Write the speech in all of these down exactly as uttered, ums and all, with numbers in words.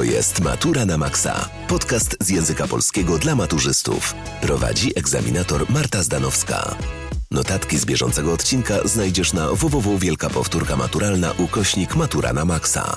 To jest Matura na Maksa. Podcast z języka polskiego dla maturzystów. Prowadzi egzaminator Marta Zdanowska. Notatki z bieżącego odcinka znajdziesz na www wielka powtórka maturalna ukośnik Matura na Maksa.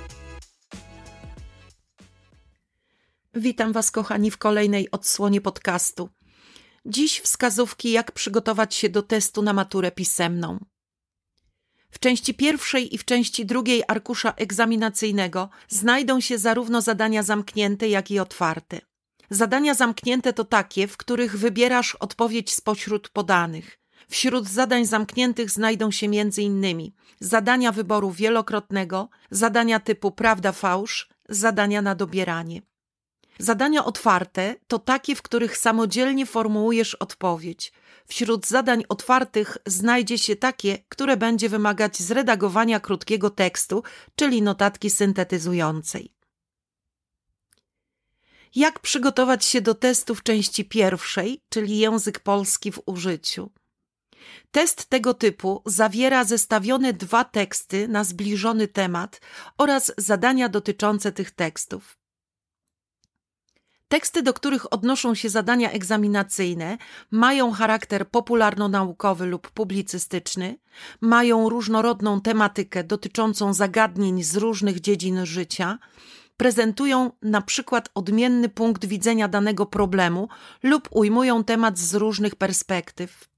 Witam Was, kochani, w kolejnej odsłonie podcastu. Dziś wskazówki, jak przygotować się do testu na maturę pisemną. W części pierwszej i w części drugiej arkusza egzaminacyjnego znajdą się zarówno zadania zamknięte, jak i otwarte. Zadania zamknięte to takie, w których wybierasz odpowiedź spośród podanych. Wśród zadań zamkniętych znajdą się między innymi zadania wyboru wielokrotnego, zadania typu prawda-fałsz, zadania na dobieranie. Zadania otwarte to takie, w których samodzielnie formułujesz odpowiedź. Wśród zadań otwartych znajdzie się takie, które będzie wymagać zredagowania krótkiego tekstu, czyli notatki syntetyzującej. Jak przygotować się do testu w części pierwszej, czyli język polski w użyciu? Test tego typu zawiera zestawione dwa teksty na zbliżony temat oraz zadania dotyczące tych tekstów. Teksty, do których odnoszą się zadania egzaminacyjne, mają charakter popularno-naukowy lub publicystyczny, mają różnorodną tematykę dotyczącą zagadnień z różnych dziedzin życia, prezentują na przykład odmienny punkt widzenia danego problemu lub ujmują temat z różnych perspektyw.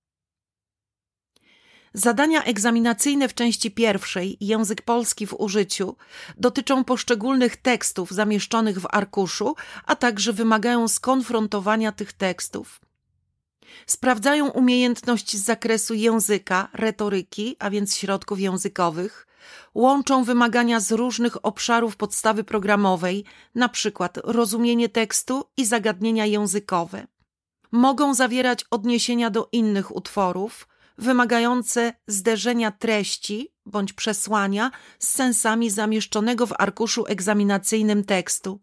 Zadania egzaminacyjne w części pierwszej, język polski w użyciu, dotyczą poszczególnych tekstów zamieszczonych w arkuszu, a także wymagają skonfrontowania tych tekstów. Sprawdzają umiejętność z zakresu języka, retoryki, a więc środków językowych, łączą wymagania z różnych obszarów podstawy programowej, np. rozumienie tekstu i zagadnienia językowe. Mogą zawierać odniesienia do innych utworów, wymagające zderzenia treści bądź przesłania z sensami zamieszczonego w arkuszu egzaminacyjnym tekstu.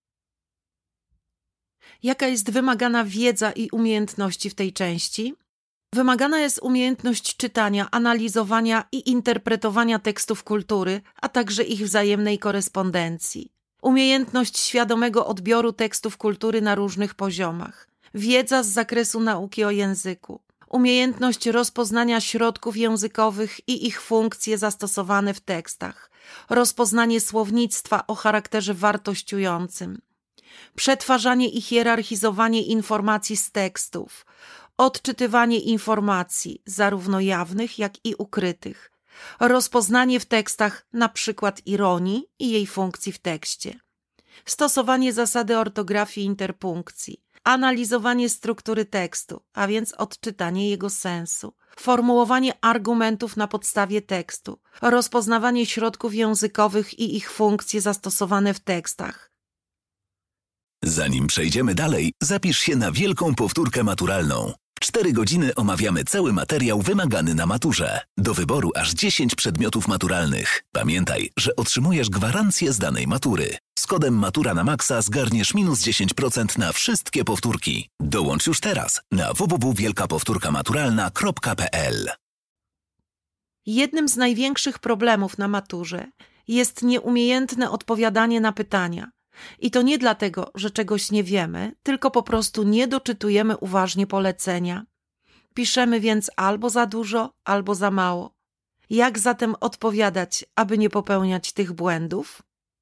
Jaka jest wymagana wiedza i umiejętności w tej części? Wymagana jest umiejętność czytania, analizowania i interpretowania tekstów kultury, a także ich wzajemnej korespondencji. Umiejętność świadomego odbioru tekstów kultury na różnych poziomach. Wiedza z zakresu nauki o języku. Umiejętność rozpoznania środków językowych i ich funkcje zastosowane w tekstach, rozpoznanie słownictwa o charakterze wartościującym, przetwarzanie i hierarchizowanie informacji z tekstów, odczytywanie informacji, zarówno jawnych, jak i ukrytych, rozpoznanie w tekstach np. ironii i jej funkcji w tekście, stosowanie zasady ortografii i interpunkcji, analizowanie struktury tekstu, a więc odczytanie jego sensu, formułowanie argumentów na podstawie tekstu, rozpoznawanie środków językowych i ich funkcje zastosowane w tekstach. Zanim przejdziemy dalej, zapisz się na wielką powtórkę maturalną. W cztery godziny omawiamy cały materiał wymagany na maturze. Do wyboru aż dziesięć przedmiotów maturalnych. Pamiętaj, że otrzymujesz gwarancję z danej matury. Z kodem Matura na Maksa zgarniesz minus dziesięć procent na wszystkie powtórki. Dołącz już teraz na w w w kropka wielka powtórka maturalna kropka p l. Jednym z największych problemów na maturze jest nieumiejętne odpowiadanie na pytania. I to nie dlatego, że czegoś nie wiemy, tylko po prostu nie doczytujemy uważnie polecenia. Piszemy więc albo za dużo, albo za mało. Jak zatem odpowiadać, aby nie popełniać tych błędów?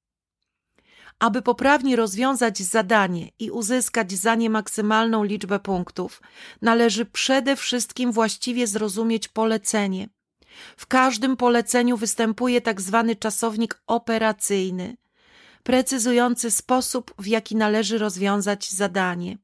Aby poprawnie rozwiązać zadanie i uzyskać za nie maksymalną liczbę punktów, należy przede wszystkim właściwie zrozumieć polecenie. W każdym poleceniu występuje tak zwany czasownik operacyjny, precyzujący sposób, w jaki należy rozwiązać zadanie.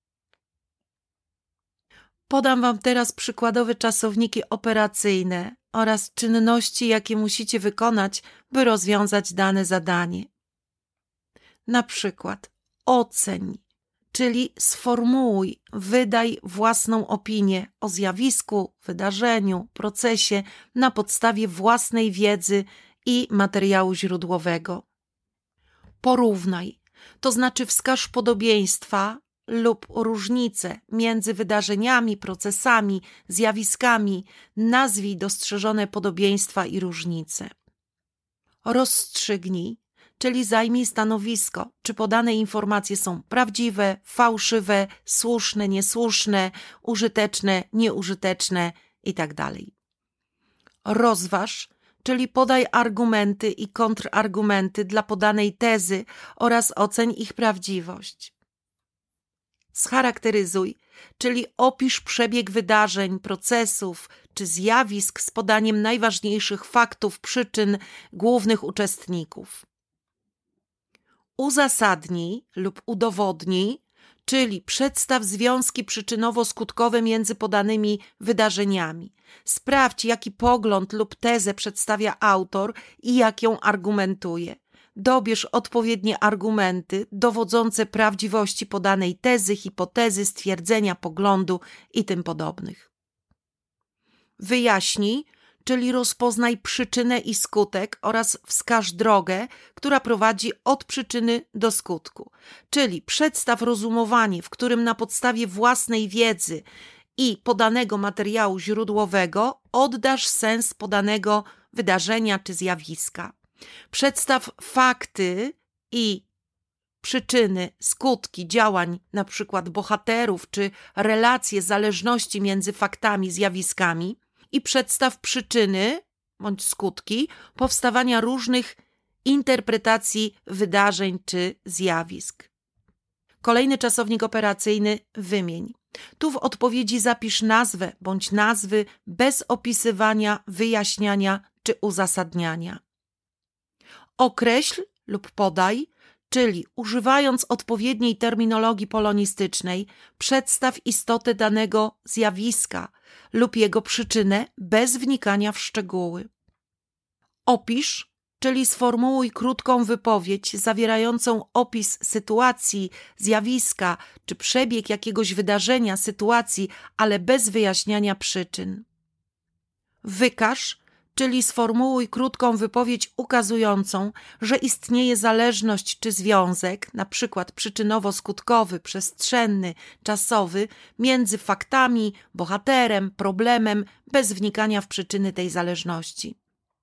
Podam Wam teraz przykładowe czasowniki operacyjne oraz czynności, jakie musicie wykonać, by rozwiązać dane zadanie. Na przykład oceń, czyli sformułuj, wydaj własną opinię o zjawisku, wydarzeniu, procesie na podstawie własnej wiedzy i materiału źródłowego. Porównaj, to znaczy wskaż podobieństwa lub różnice między wydarzeniami, procesami, zjawiskami, nazwij dostrzeżone podobieństwa i różnice. Rozstrzygnij, czyli zajmij stanowisko, czy podane informacje są prawdziwe, fałszywe, słuszne, niesłuszne, użyteczne, nieużyteczne itd. Rozważ, czyli podaj argumenty i kontrargumenty dla podanej tezy oraz oceń ich prawdziwość. Scharakteryzuj, czyli opisz przebieg wydarzeń, procesów czy zjawisk z podaniem najważniejszych faktów, przyczyn, głównych uczestników. Uzasadnij lub udowodnij, czyli przedstaw związki przyczynowo-skutkowe między podanymi wydarzeniami. Sprawdź, jaki pogląd lub tezę przedstawia autor i jak ją argumentuje. Dobierz odpowiednie argumenty dowodzące prawdziwości podanej tezy, hipotezy, stwierdzenia, poglądu i tym podobnych. Wyjaśnij, czyli rozpoznaj przyczynę i skutek oraz wskaż drogę, która prowadzi od przyczyny do skutku. Czyli przedstaw rozumowanie, w którym na podstawie własnej wiedzy i podanego materiału źródłowego oddasz sens podanego wydarzenia czy zjawiska. Przedstaw fakty i przyczyny, skutki działań np. bohaterów czy relacje zależności między faktami, zjawiskami i przedstaw przyczyny bądź skutki powstawania różnych interpretacji wydarzeń czy zjawisk. Kolejny czasownik operacyjny wymień. Tu w odpowiedzi zapisz nazwę bądź nazwy bez opisywania, wyjaśniania czy uzasadniania. Określ lub podaj, czyli używając odpowiedniej terminologii polonistycznej, przedstaw istotę danego zjawiska lub jego przyczynę bez wnikania w szczegóły. Opisz, czyli sformułuj krótką wypowiedź zawierającą opis sytuacji, zjawiska czy przebieg jakiegoś wydarzenia, sytuacji, ale bez wyjaśniania przyczyn. Wykaż, czyli sformułuj krótką wypowiedź ukazującą, że istnieje zależność czy związek, na przykład przyczynowo-skutkowy, przestrzenny, czasowy, między faktami, bohaterem, problemem, bez wnikania w przyczyny tej zależności.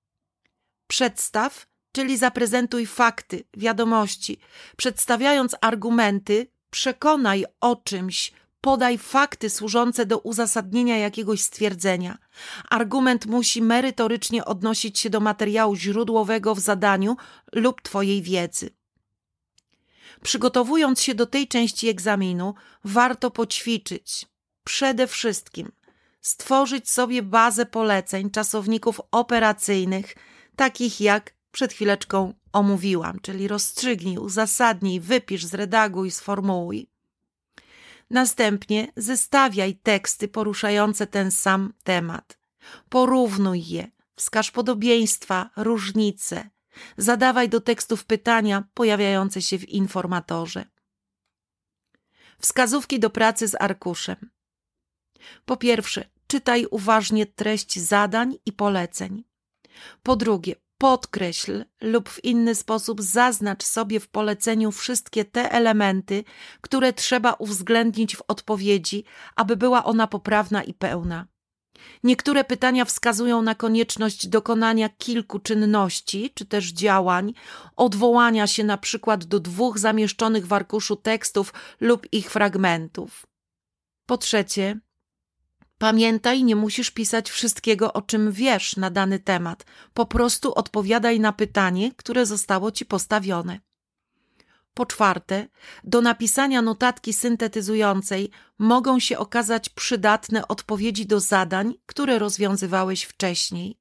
Przedstaw, czyli zaprezentuj fakty, wiadomości. Przedstawiając argumenty, przekonaj o czymś, podaj fakty służące do uzasadnienia jakiegoś stwierdzenia. Argument musi merytorycznie odnosić się do materiału źródłowego w zadaniu lub Twojej wiedzy. Przygotowując się do tej części egzaminu, warto poćwiczyć. Przede wszystkim stworzyć sobie bazę poleceń, czasowników operacyjnych, takich jak przed chwileczką omówiłam, czyli rozstrzygnij, uzasadnij, wypisz, zredaguj, sformułuj. Następnie zestawiaj teksty poruszające ten sam temat. Porównuj je, wskaż podobieństwa, różnice. Zadawaj do tekstów pytania pojawiające się w informatorze. Wskazówki do pracy z arkuszem. Po pierwsze, czytaj uważnie treść zadań i poleceń. Po drugie, podkreśl lub w inny sposób zaznacz sobie w poleceniu wszystkie te elementy, które trzeba uwzględnić w odpowiedzi, aby była ona poprawna i pełna. Niektóre pytania wskazują na konieczność dokonania kilku czynności, czy też działań, odwołania się na przykład do dwóch zamieszczonych w arkuszu tekstów lub ich fragmentów. Po trzecie, pamiętaj, nie musisz pisać wszystkiego, o czym wiesz na dany temat. Po prostu odpowiadaj na pytanie, które zostało ci postawione. Po czwarte, do napisania notatki syntetyzującej mogą się okazać przydatne odpowiedzi do zadań, które rozwiązywałeś wcześniej.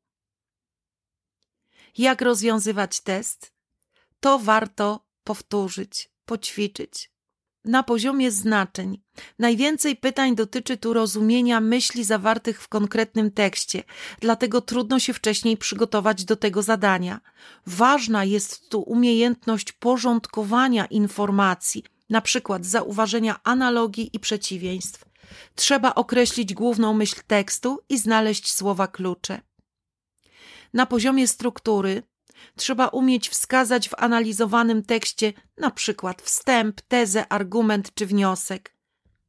Jak rozwiązywać test? To warto powtórzyć, poćwiczyć. Na poziomie znaczeń. Najwięcej pytań dotyczy tu rozumienia myśli zawartych w konkretnym tekście, dlatego trudno się wcześniej przygotować do tego zadania. Ważna jest tu umiejętność porządkowania informacji, na przykład zauważenia analogii i przeciwieństw. Trzeba określić główną myśl tekstu i znaleźć słowa klucze. Na poziomie struktury trzeba umieć wskazać w analizowanym tekście na przykład wstęp, tezę, argument czy wniosek.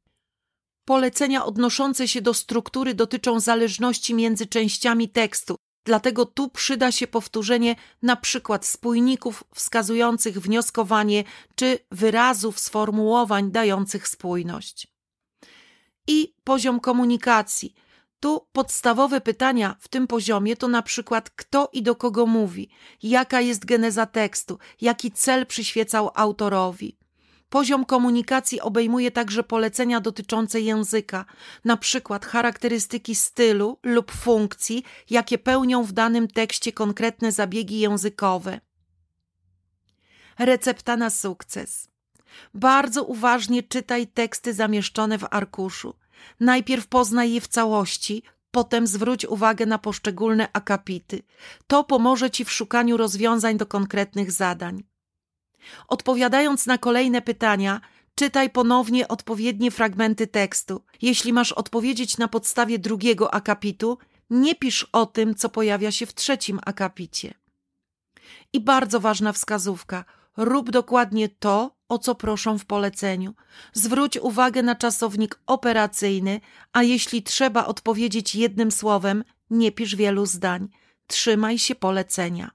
Polecenia odnoszące się do struktury dotyczą zależności między częściami tekstu, Dlatego tu przyda się powtórzenie na przykład spójników wskazujących wnioskowanie czy wyrazów sformułowań dających spójność. I poziom komunikacji. Tu podstawowe pytania w tym poziomie to na przykład kto i do kogo mówi, jaka jest geneza tekstu, jaki cel przyświecał autorowi. Poziom komunikacji obejmuje także polecenia dotyczące języka, na przykład charakterystyki stylu lub funkcji, jakie pełnią w danym tekście konkretne zabiegi językowe. Recepta na sukces. Bardzo uważnie czytaj teksty zamieszczone w arkuszu. Najpierw poznaj je w całości, potem zwróć uwagę na poszczególne akapity. To pomoże Ci w szukaniu rozwiązań do konkretnych zadań. Odpowiadając na kolejne pytania, czytaj ponownie odpowiednie fragmenty tekstu. Jeśli masz odpowiedzieć na podstawie drugiego akapitu, nie pisz o tym, co pojawia się w trzecim akapicie. I bardzo ważna wskazówka. Rób dokładnie to, o co proszą w poleceniu. Zwróć uwagę na czasownik operacyjny, a jeśli trzeba odpowiedzieć jednym słowem, nie pisz wielu zdań. Trzymaj się polecenia.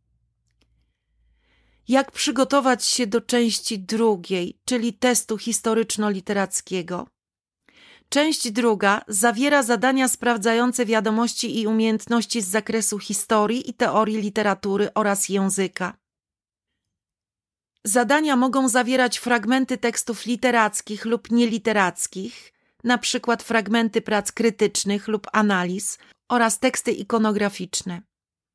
Jak przygotować się do części drugiej, czyli testu historyczno-literackiego? Część druga zawiera zadania sprawdzające wiadomości i umiejętności z zakresu historii i teorii literatury oraz języka. Zadania mogą zawierać fragmenty tekstów literackich lub nieliterackich, na przykład fragmenty prac krytycznych lub analiz oraz teksty ikonograficzne.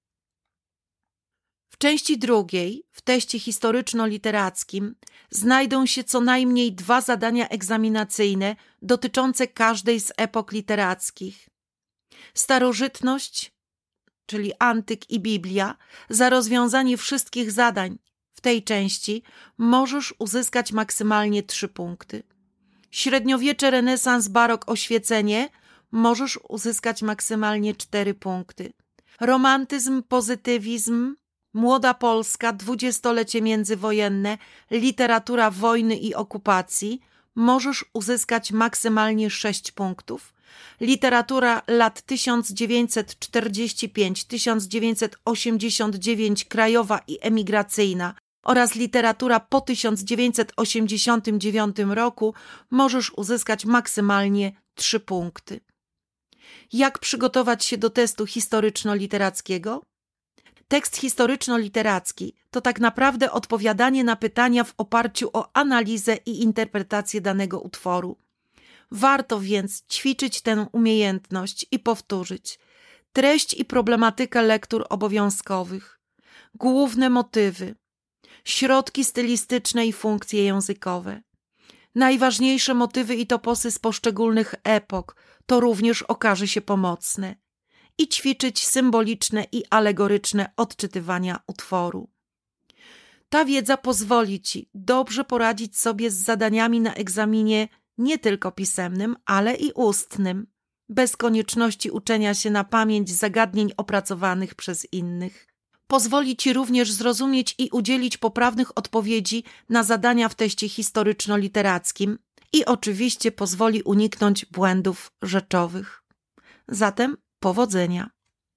W części drugiej, w teście historyczno-literackim, znajdą się co najmniej dwa zadania egzaminacyjne dotyczące każdej z epok literackich. Starożytność, czyli antyk i Biblia, za rozwiązanie wszystkich zadań w tej części możesz uzyskać maksymalnie trzy punkty. Średniowiecze, renesans, barok, oświecenie możesz uzyskać maksymalnie cztery punkty. Romantyzm, pozytywizm, Młoda Polska, dwudziestolecie międzywojenne, literatura wojny i okupacji możesz uzyskać maksymalnie sześć punktów. Literatura lat tysiąc dziewięćset czterdzieści pięć do tysiąc dziewięćset osiemdziesiąt dziewięć krajowa i emigracyjna oraz literatura po tysiąc dziewięćset osiemdziesiątym dziewiątym roku możesz uzyskać maksymalnie trzy punkty. Jak przygotować się do testu historyczno-literackiego? Tekst historyczno-literacki to tak naprawdę odpowiadanie na pytania w oparciu o analizę i interpretację danego utworu. Warto więc ćwiczyć tę umiejętność i powtórzyć treść i problematykę lektur obowiązkowych, główne motywy, środki stylistyczne i funkcje językowe, najważniejsze motywy i toposy z poszczególnych epok, to również okaże się pomocne. I ćwiczyć symboliczne i alegoryczne odczytywania utworu. Ta wiedza pozwoli Ci dobrze poradzić sobie z zadaniami na egzaminie nie tylko pisemnym, ale i ustnym, bez konieczności uczenia się na pamięć zagadnień opracowanych przez innych. Pozwoli Ci również zrozumieć i udzielić poprawnych odpowiedzi na zadania w teście historyczno-literackim i oczywiście pozwoli uniknąć błędów rzeczowych. Zatem powodzenia!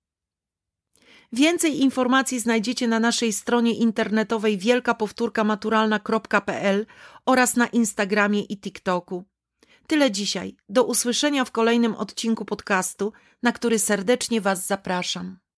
Więcej informacji znajdziecie na naszej stronie internetowej wielka powtórka maturalna kropka p l oraz na Instagramie i TikToku. Tyle dzisiaj. Do usłyszenia w kolejnym odcinku podcastu, na który serdecznie Was zapraszam.